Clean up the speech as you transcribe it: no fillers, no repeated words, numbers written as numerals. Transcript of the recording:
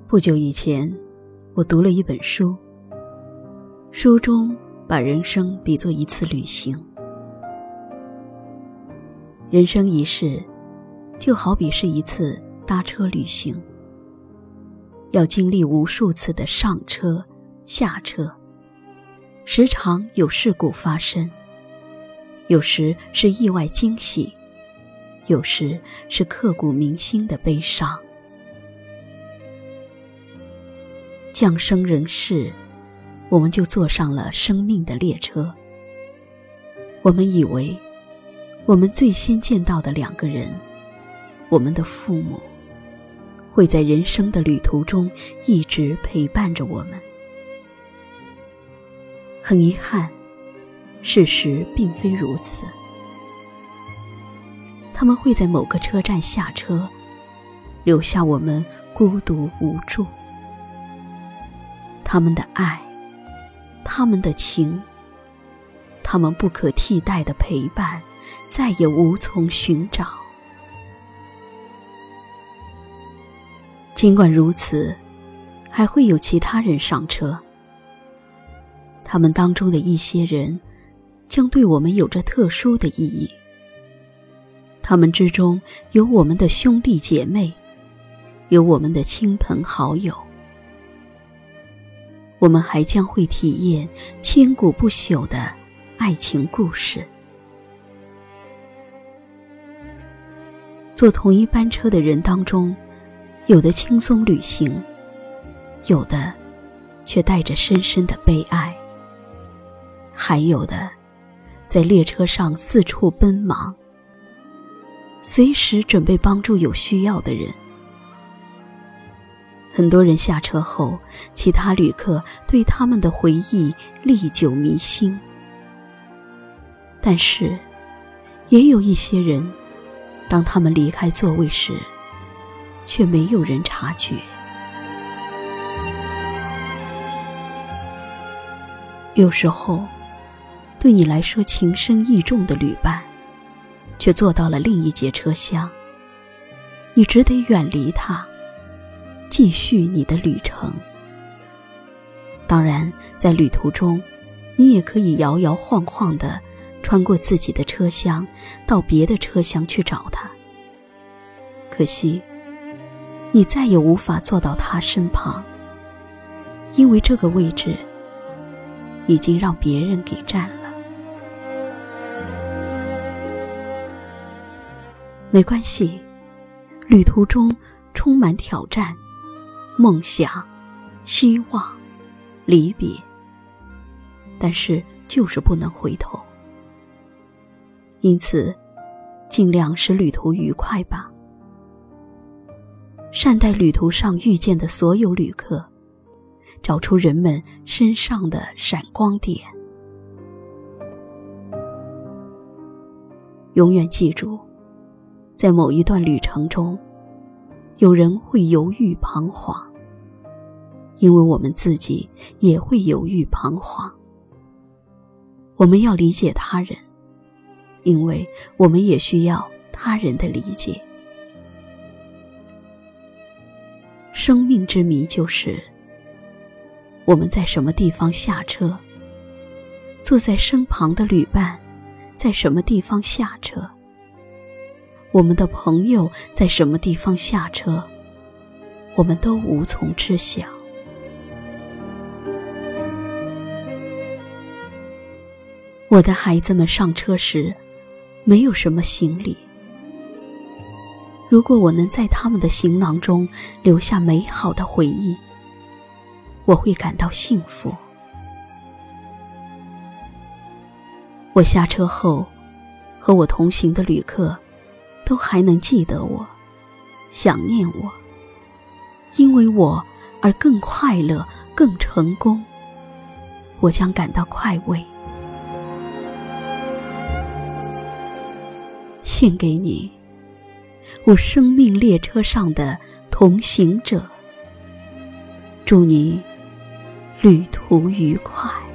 不久以前，我读了一本书，书中把人生比作一次旅行。人生一世，就好比是一次搭车旅行，要经历无数次的上车、下车，时常有事故发生，有时是意外惊喜，有时是刻骨铭心的悲伤。降生人世，我们就坐上了生命的列车。我们以为我们最先见到的两个人，我们的父母，会在人生的旅途中一直陪伴着我们。很遗憾，事实并非如此。他们会在某个车站下车，留下我们孤独无助。他们的爱，他们的情，他们不可替代的陪伴，再也无从寻找。尽管如此，还会有其他人上车。他们当中的一些人，将对我们有着特殊的意义。他们之中有我们的兄弟姐妹，有我们的亲朋好友。我们还将会体验千古不朽的爱情故事。坐同一班车的人当中，有的轻松旅行，有的却带着深深的悲哀，还有的在列车上四处奔忙，随时准备帮助有需要的人。很多人下车后，其他旅客对他们的回忆历久弥新。但是，也有一些人，当他们离开座位时，却没有人察觉。有时候，对你来说情深意重的旅伴，却坐到了另一节车厢，你只得远离他，继续你的旅程。当然，在旅途中，你也可以摇摇晃晃地穿过自己的车厢，到别的车厢去找他。可惜，你再也无法坐到他身旁，因为这个位置已经让别人给占了。没关系，旅途中充满挑战、梦想、希望、离别，但是就是不能回头。因此，尽量使旅途愉快吧。善待旅途上遇见的所有旅客，找出人们身上的闪光点。永远记住，在某一段旅程中，有人会犹豫彷徨，因为我们自己也会犹豫彷徨。我们要理解他人，因为我们也需要他人的理解。生命之谜就是，我们在什么地方下车，坐在身旁的旅伴在什么地方下车，我们的朋友在什么地方下车，我们都无从知晓。我的孩子们上车时，没有什么行李。如果我能在他们的行囊中留下美好的回忆，我会感到幸福。我下车后，和我同行的旅客都还能记得我，想念我，因为我而更快乐，更成功，我将感到快慰。献给你，我生命列车上的同行者，祝你旅途愉快。